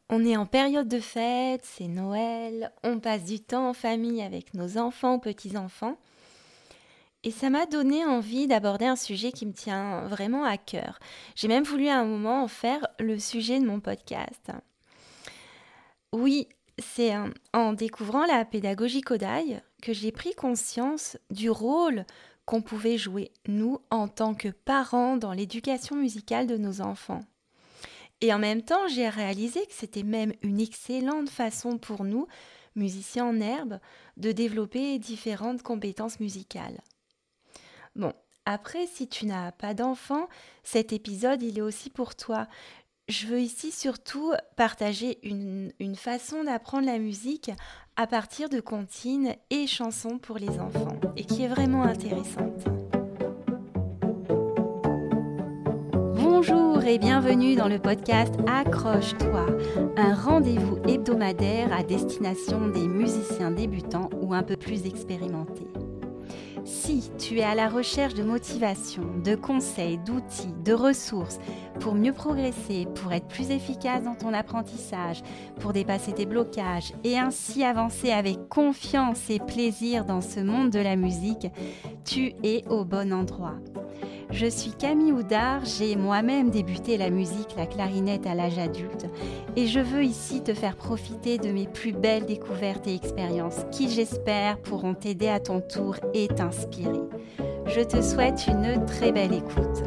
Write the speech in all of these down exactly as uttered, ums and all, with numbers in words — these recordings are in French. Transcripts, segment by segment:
On est en période de fête, c'est Noël, on passe du temps en famille avec nos enfants ou petits-enfants. Et ça m'a donné envie d'aborder un sujet qui me tient vraiment à cœur. J'ai même voulu à un moment en faire le sujet de mon podcast. Oui, c'est en en découvrant la pédagogie Kodály que j'ai pris conscience du rôle qu'on pouvait jouer, nous, en tant que parents, dans l'éducation musicale de nos enfants. Et en même temps, j'ai réalisé que c'était même une excellente façon pour nous, musiciens en herbe, de développer différentes compétences musicales. Bon, après, si tu n'as pas d'enfant, cet épisode, il est aussi pour toi. Je veux ici surtout partager une, une façon d'apprendre la musique à partir de comptines et chansons pour les enfants, et qui est vraiment intéressante. Bonjour et bienvenue dans le podcast Accroche-toi, un rendez-vous hebdomadaire à destination des musiciens débutants ou un peu plus expérimentés. Si tu es à la recherche de motivation, de conseils, d'outils, de ressources pour mieux progresser, pour être plus efficace dans ton apprentissage, pour dépasser tes blocages et ainsi avancer avec confiance et plaisir dans ce monde de la musique, tu es au bon endroit. Je suis Camille Houdard, j'ai moi-même débuté la musique, la clarinette à l'âge adulte et je veux ici te faire profiter de mes plus belles découvertes et expériences qui, j'espère, pourront t'aider à ton tour et t'inspirer. Je te souhaite une très belle écoute.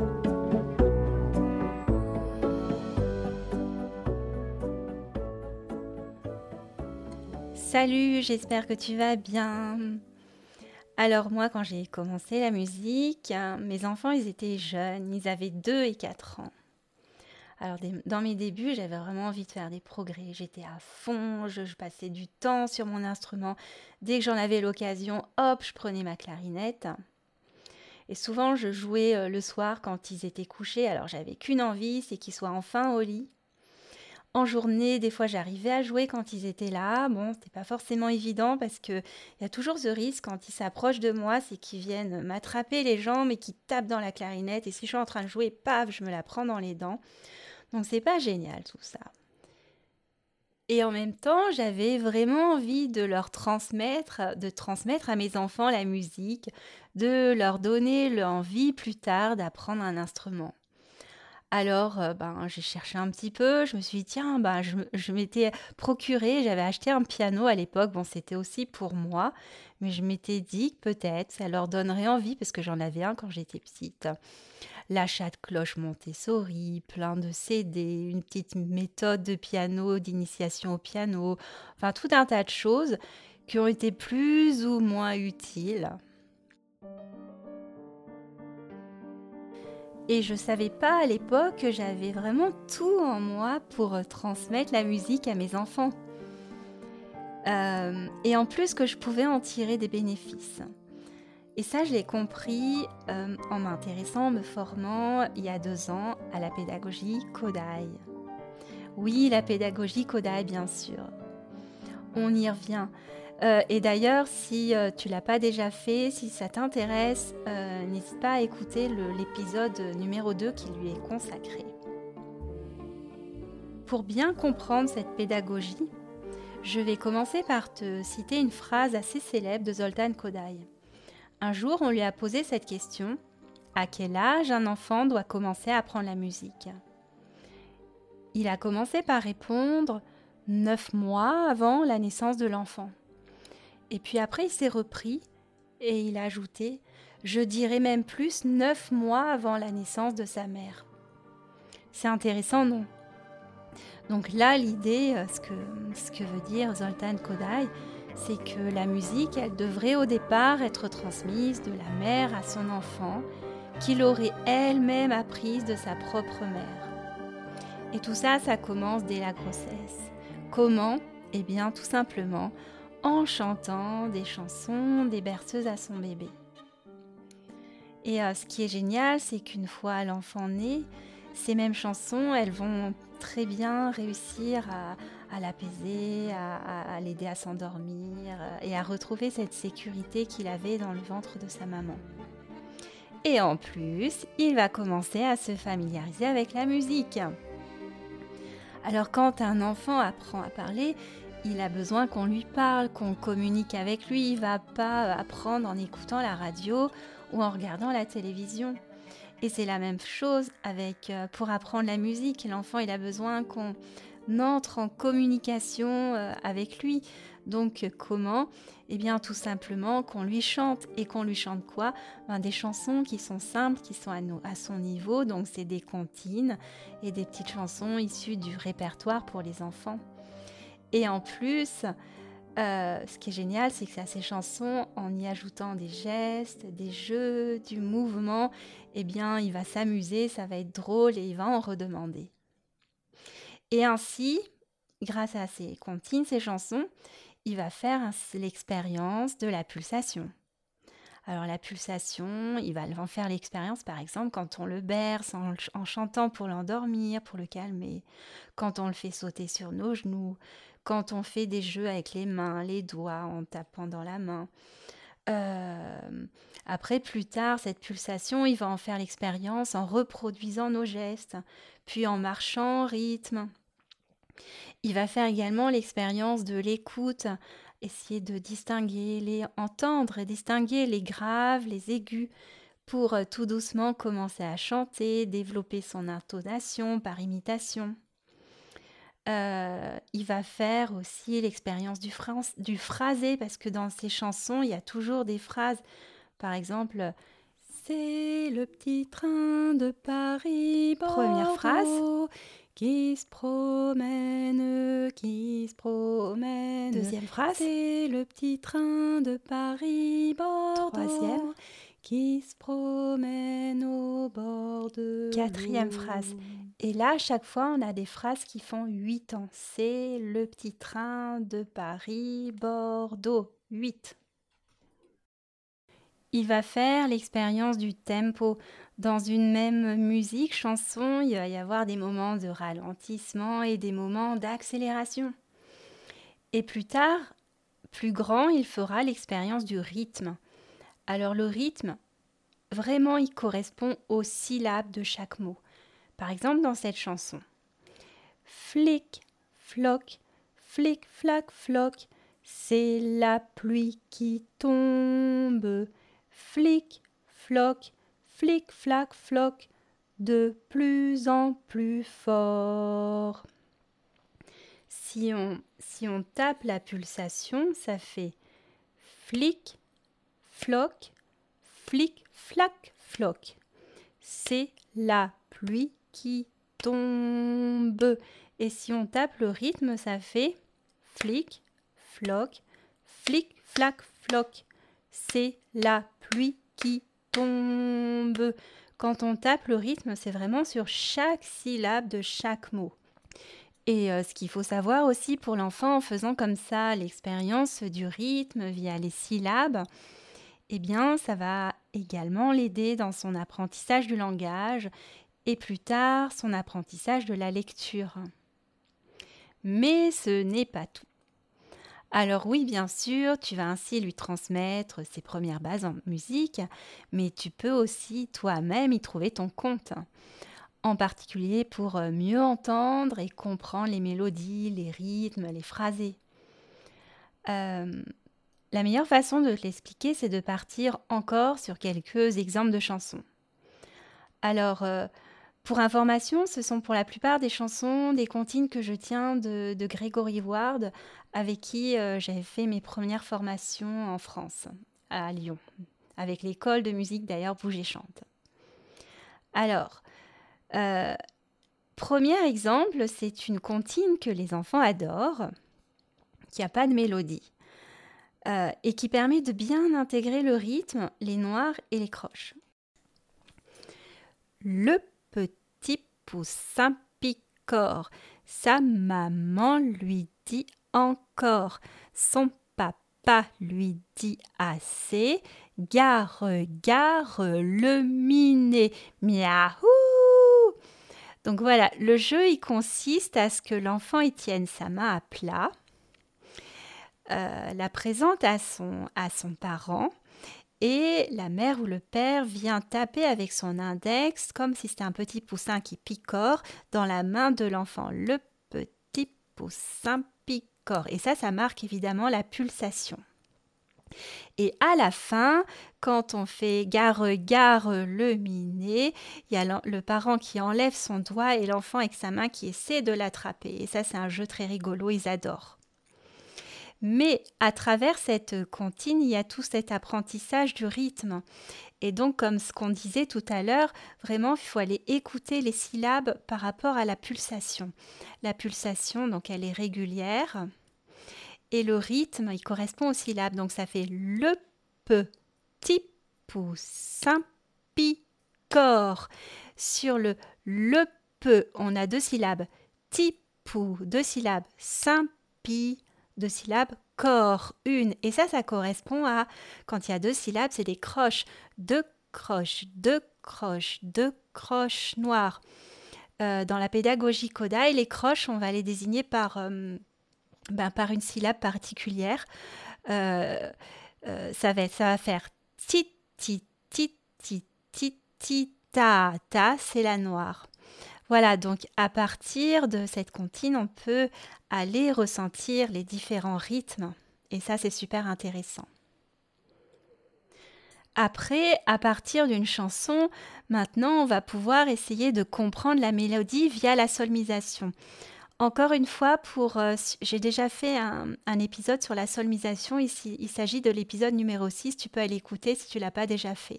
Salut, j'espère que tu vas bien. Alors moi, quand j'ai commencé la musique, hein, mes enfants, ils étaient jeunes, ils avaient deux et quatre ans. Alors des- dans mes débuts, j'avais vraiment envie de faire des progrès. J'étais à fond, je, je passais du temps sur mon instrument. Dès que j'en avais l'occasion, hop, je prenais ma clarinette. Et souvent, je jouais euh, le soir quand ils étaient couchés. Alors j'avais qu'une envie, c'est qu'ils soient enfin au lit. En journée, des fois, j'arrivais à jouer quand ils étaient là. Bon, c'était pas forcément évident parce que il y a toujours ce risque quand ils s'approchent de moi, c'est qu'ils viennent m'attraper les jambes et qu'ils tapent dans la clarinette. Et si je suis en train de jouer, paf, je me la prends dans les dents. Donc c'est pas génial tout ça. Et en même temps, j'avais vraiment envie de leur transmettre, de transmettre à mes enfants la musique, de leur donner l'envie plus tard d'apprendre un instrument. Alors, euh, ben, j'ai cherché un petit peu, je me suis dit, tiens, ben, je, je m'étais procuré, j'avais acheté un piano à l'époque, bon, c'était aussi pour moi, mais je m'étais dit que peut-être ça leur donnerait envie, parce que j'en avais un quand j'étais petite. L'achat de cloches Montessori, plein de C D, une petite méthode de piano, d'initiation au piano, enfin tout un tas de choses qui ont été plus ou moins utiles. Et je savais pas à l'époque que j'avais vraiment tout en moi pour euh, transmettre la musique à mes enfants. Euh, et en plus que je pouvais en tirer des bénéfices. Et ça, je l'ai compris euh, en m'intéressant, en me formant il y a deux ans à la pédagogie Kodály. Oui, la pédagogie Kodály, bien sûr. On y revient. Euh, et d'ailleurs, si euh, tu l'as pas déjà fait, si ça t'intéresse, euh, n'hésite pas à écouter le- l'épisode numéro deux qui lui est consacré. Pour bien comprendre cette pédagogie, je vais commencer par te citer une phrase assez célèbre de Zoltán Kodály. Un jour, on lui a posé cette question: à quel âge un enfant doit commencer à apprendre la musique? Il a commencé par répondre neuf mois avant la naissance de l'enfant. Et puis après, il s'est repris et il a ajouté, je dirais même plus, neuf mois avant la naissance de sa mère. C'est intéressant, non? Donc là, l'idée, euh, ce que, ce que veut dire Zoltán Kodály, c'est que la musique, elle devrait au départ être transmise de la mère à son enfant, qu'il aurait elle-même apprise de sa propre mère. Et tout ça, ça commence dès la grossesse. Comment? Eh bien, tout simplement en chantant des chansons, des berceuses à son bébé. Et euh, ce qui est génial, c'est qu'une fois l'enfant né, ces mêmes chansons, elles vont très bien réussir à, à l'apaiser, à, à, à l'aider à s'endormir euh, et à retrouver cette sécurité qu'il avait dans le ventre de sa maman. Et en plus, il va commencer à se familiariser avec la musique. Alors quand un enfant apprend à parler, il a besoin qu'on lui parle, qu'on communique avec lui. Il ne va pas apprendre en écoutant la radio ou en regardant la télévision. Et c'est la même chose avec, euh, pour apprendre la musique. L'enfant, il a besoin qu'on entre en communication euh, avec lui. Donc, euh, comment ? Eh bien, tout simplement qu'on lui chante. Et qu'on lui chante quoi ? Ben, des chansons qui sont simples, qui sont à, nous, à son niveau. Donc, c'est des comptines et des petites chansons issues du répertoire pour les enfants. Et en plus, euh, ce qui est génial, c'est que à ces chansons, en y ajoutant des gestes, des jeux, du mouvement, eh bien, il va s'amuser, ça va être drôle et il va en redemander. Et ainsi, grâce à ces comptines, ces chansons, il va faire ainsi l'expérience de la pulsation. Alors la pulsation, il va en faire l'expérience par exemple quand on le berce en, en chantant pour l'endormir, pour le calmer, quand on le fait sauter sur nos genoux, quand on fait des jeux avec les mains, les doigts, en tapant dans la main. Euh, après, plus tard, cette pulsation, il va en faire l'expérience en reproduisant nos gestes, puis en marchant en rythme. Il va faire également l'expérience de l'écoute, essayer de distinguer, les, entendre et distinguer les graves, les aigus, pour euh, tout doucement commencer à chanter, développer son intonation par imitation. Euh, il va faire aussi l'expérience du, phra- du phrasé, parce que dans ses chansons, il y a toujours des phrases. Par exemple, c'est le petit train de Paris-Bordeaux. Première phrase. Qui se promène, qui se promène. Deuxième phrase. C'est le petit train de Paris-Bordeaux. Troisième. Qui se promène au bord de l'eau. Quatrième phrase. Et là, à chaque fois, on a des phrases qui font huit temps. C'est le petit train de Paris-Bordeaux. huit. Il va faire l'expérience du tempo. Dans une même musique, chanson, il va y avoir des moments de ralentissement et des moments d'accélération. Et plus tard, plus grand, il fera l'expérience du rythme. Alors le rythme, vraiment, il correspond aux syllabes de chaque mot. Par exemple, dans cette chanson. Flic, floc, flic, flac, floc, c'est la pluie qui tombe. Flic, floc, flic, flac, floc, de plus en plus fort. Si on, si on tape la pulsation, ça fait flic, floc, flic, flac, floc. C'est la pluie qui tombe. Et si on tape le rythme, ça fait flic, floc, flic, flac, floc. C'est la pluie qui tombe. Quand on tape le rythme, c'est vraiment sur chaque syllabe de chaque mot. Et euh, ce qu'il faut savoir aussi pour l'enfant en faisant comme ça l'expérience du rythme via les syllabes, eh bien, ça va également l'aider dans son apprentissage du langage et plus tard son apprentissage de la lecture. Mais ce n'est pas tout. Alors oui, bien sûr, tu vas ainsi lui transmettre ses premières bases en musique, mais tu peux aussi toi-même y trouver ton compte, en particulier pour mieux entendre et comprendre les mélodies, les rythmes, les phrasés. Euh, la meilleure façon de te l'expliquer, c'est de partir encore sur quelques exemples de chansons. Alors, euh, pour information, ce sont pour la plupart des chansons, des comptines que je tiens de, de Gregory Ward, avec qui euh, j'avais fait mes premières formations en France, à Lyon, avec l'école de musique d'ailleurs Bouge et Chante. Alors, euh, premier exemple, c'est une comptine que les enfants adorent, qui n'a pas de mélodie, euh, et qui permet de bien intégrer le rythme, les noirs et les croches. Le petit poussin picore, sa maman lui dit encore, son papa lui dit assez, gare, gare le minet, miaou. Donc voilà, le jeu il consiste à ce que l'enfant il tienne sa main à plat, euh, la présente à son, à son parent, et la mère ou le père vient taper avec son index comme si c'était un petit poussin qui picore dans la main de l'enfant. Le po, simpi, cor. Et ça, ça marque évidemment la pulsation. Et à la fin, quand on fait gare, gare, le miné, il y a le parent qui enlève son doigt et l'enfant avec sa main qui essaie de l'attraper. Et ça, c'est un jeu très rigolo, ils adorent. Mais à travers cette comptine, il y a tout cet apprentissage du rythme. Et donc, comme ce qu'on disait tout à l'heure, vraiment, il faut aller écouter les syllabes par rapport à la pulsation. La pulsation, donc, elle est régulière. Et le rythme, il correspond aux syllabes. Donc, ça fait le, petit, pou, simpi, cor. Sur le le, peu, on a deux syllabes. Ti, pou, deux syllabes. Simpi, deux syllabes. Cor, une. Et ça, ça correspond à, quand il y a deux syllabes, c'est des croches. Deux croches, deux croches, deux croches noires. Euh, dans la pédagogie Kodály, les croches, on va les désigner par... Euh, Ben, par une syllabe particulière. Euh, euh, ça, va, ça va faire ti, ti, ti, ti, ti, ti, ta, ta, c'est la noire. Voilà, donc à partir de cette comptine, on peut aller ressentir les différents rythmes. Et ça, c'est super intéressant. Après, à partir d'une chanson, maintenant, on va pouvoir essayer de comprendre la mélodie via la solmisation. Encore une fois, pour, euh, j'ai déjà fait un, un épisode sur la solmisation. Ici, il s'agit de l'épisode numéro six. Tu peux aller écouter si tu ne l'as pas déjà fait.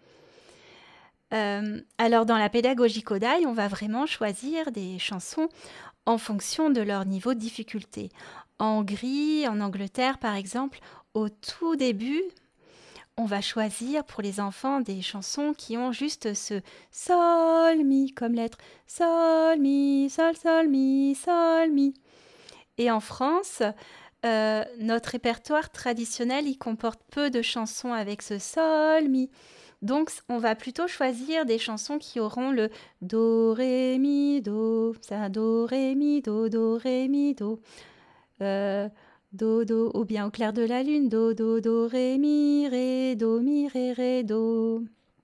Euh, alors, dans la pédagogie Kodály, on va vraiment choisir des chansons en fonction de leur niveau de difficulté. En Hongrie, en Angleterre, par exemple, au tout début, on va choisir pour les enfants des chansons qui ont juste ce sol, mi comme lettre. Sol, mi, sol, sol, mi, sol, mi. Et en France, euh, notre répertoire traditionnel, il comporte peu de chansons avec ce sol, mi. Donc, on va plutôt choisir des chansons qui auront le do, ré, mi, do. Ça, do, ré, mi, do, do, ré, mi, do. Euh, Do, do, ou bien au clair de la lune, do, do, do, ré, mi, ré, do, mi, ré, ré, do.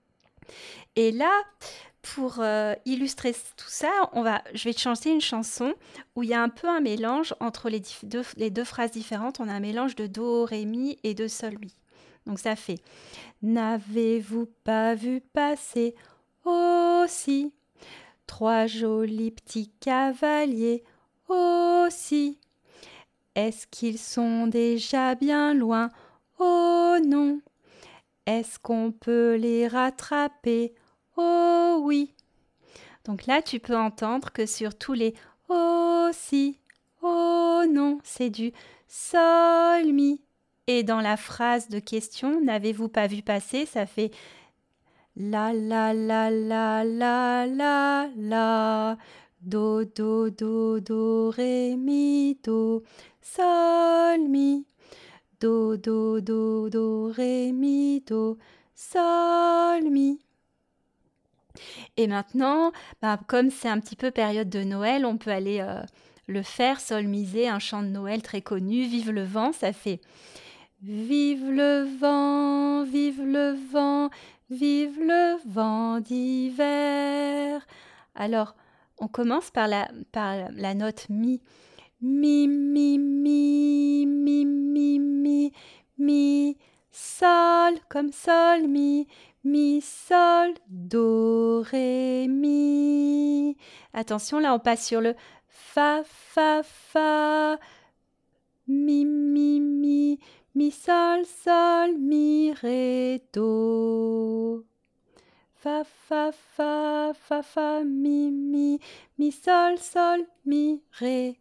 Et là, pour euh, illustrer tout ça, on va, je vais te chanter une chanson où il y a un peu un mélange entre les, dif- deux, les deux phrases différentes. On a un mélange de do, ré, mi et de sol, mi. Donc ça fait « N'avez-vous pas vu passer aussi trois jolis petits cavaliers aussi ?» Est-ce qu'ils sont déjà bien loin? Oh non! Est-ce qu'on peut les rattraper? Oh oui! Donc là, tu peux entendre que sur tous les oh si, oh non, c'est du sol mi. Et dans la phrase de question, n'avez-vous pas vu passer? Ça fait la la la la la la la. Do, do, do, do, ré, mi, do, sol, mi. Do, do, do, do, ré, mi, do, sol, mi. Et maintenant, bah, comme c'est un petit peu période de Noël, on peut aller euh, le faire, solmiser, un chant de Noël très connu, Vive le vent, ça fait Vive le vent, vive le vent, vive le vent d'hiver. Alors, on commence par la, par la note mi. Mi, mi, mi, mi, mi, mi, mi, sol, comme sol, mi, mi, sol, do, ré, mi. Attention, là, on passe sur le fa, fa, fa, mi, mi, mi, mi, sol, sol, mi, ré, do. Fa, fa, fa, fa, fa, mi, mi, mi, sol, sol, mi, ré,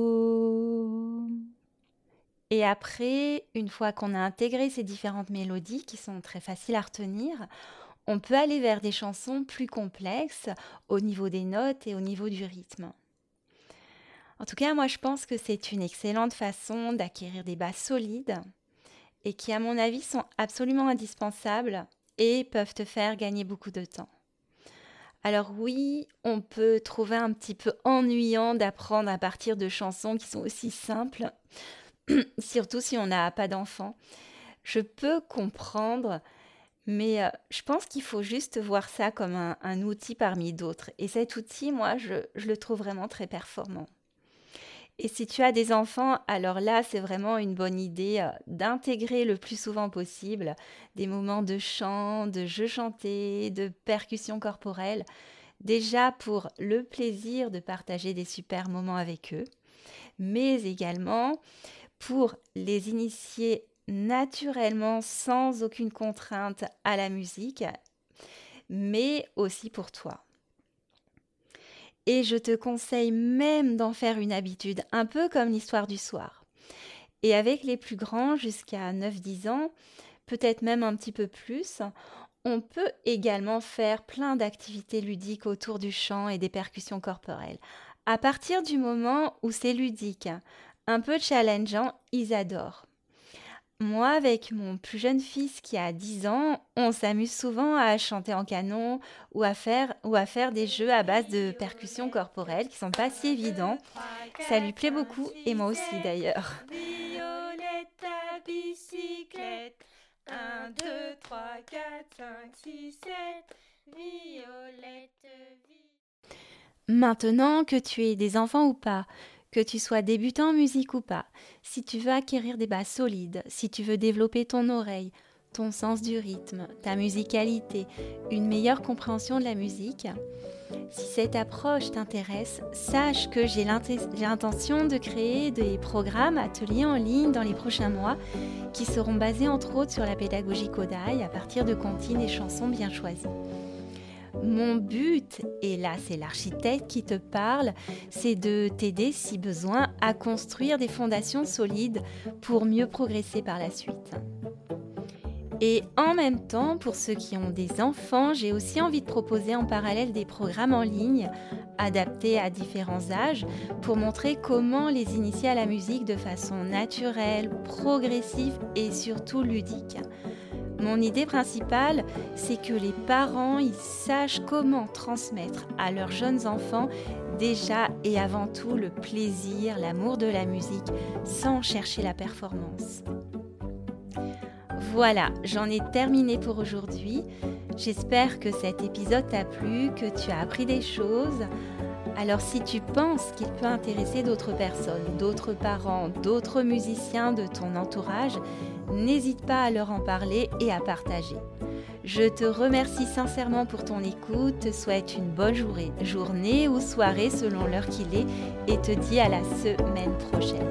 do. Et après, une fois qu'on a intégré ces différentes mélodies qui sont très faciles à retenir, on peut aller vers des chansons plus complexes au niveau des notes et au niveau du rythme. En tout cas, moi je pense que c'est une excellente façon d'acquérir des bases solides et qui, à mon avis, sont absolument indispensables et peuvent te faire gagner beaucoup de temps. Alors oui, on peut trouver un petit peu ennuyant d'apprendre à partir de chansons qui sont aussi simples, surtout si on n'a pas d'enfants. Je peux comprendre, mais euh, je pense qu'il faut juste voir ça comme un, un outil parmi d'autres. Et cet outil, moi, je, je le trouve vraiment très performant. Et si tu as des enfants, alors là, c'est vraiment une bonne idée euh, d'intégrer le plus souvent possible des moments de chant, de jeux chantés, de percussions corporelles, déjà pour le plaisir de partager des super moments avec eux, mais également pour les initier naturellement sans aucune contrainte à la musique, mais aussi pour toi. Et je te conseille même d'en faire une habitude, un peu comme l'histoire du soir. Et avec les plus grands, jusqu'à neuf dix ans, peut-être même un petit peu plus, on peut également faire plein d'activités ludiques autour du chant et des percussions corporelles. À partir du moment où c'est ludique, un peu challengeant, ils adorent. Moi, avec mon plus jeune fils qui a dix ans, on s'amuse souvent à chanter en canon ou à faire, ou à faire des jeux à base de percussions corporelles qui sont pas si évidents. Ça lui plaît beaucoup et moi aussi d'ailleurs. Violette à bicyclette. un, deux, trois, quatre, cinq, six, sept. Violette, vi- Maintenant que tu aies des enfants ou pas, que tu sois débutant en musique ou pas, si tu veux acquérir des bases solides, si tu veux développer ton oreille, ton sens du rythme, ta musicalité, une meilleure compréhension de la musique, si cette approche t'intéresse, sache que j'ai l'intention de créer des programmes, ateliers en ligne dans les prochains mois qui seront basés entre autres sur la pédagogie Kodály à partir de comptines et chansons bien choisies. Mon but, et là c'est l'architecte qui te parle, c'est de t'aider si besoin à construire des fondations solides pour mieux progresser par la suite. Et en même temps, pour ceux qui ont des enfants, j'ai aussi envie de proposer en parallèle des programmes en ligne adaptés à différents âges pour montrer comment les initier à la musique de façon naturelle, progressive et surtout ludique. Mon idée principale, c'est que les parents ils sachent comment transmettre à leurs jeunes enfants déjà et avant tout le plaisir, l'amour de la musique sans chercher la performance. Voilà, j'en ai terminé pour aujourd'hui. J'espère que cet épisode t'a plu, que tu as appris des choses. Alors si tu penses qu'il peut intéresser d'autres personnes, d'autres parents, d'autres musiciens de ton entourage, n'hésite pas à leur en parler et à partager. Je te remercie sincèrement pour ton écoute, te souhaite une bonne journée, journée ou soirée selon l'heure qu'il est et te dis à la semaine prochaine.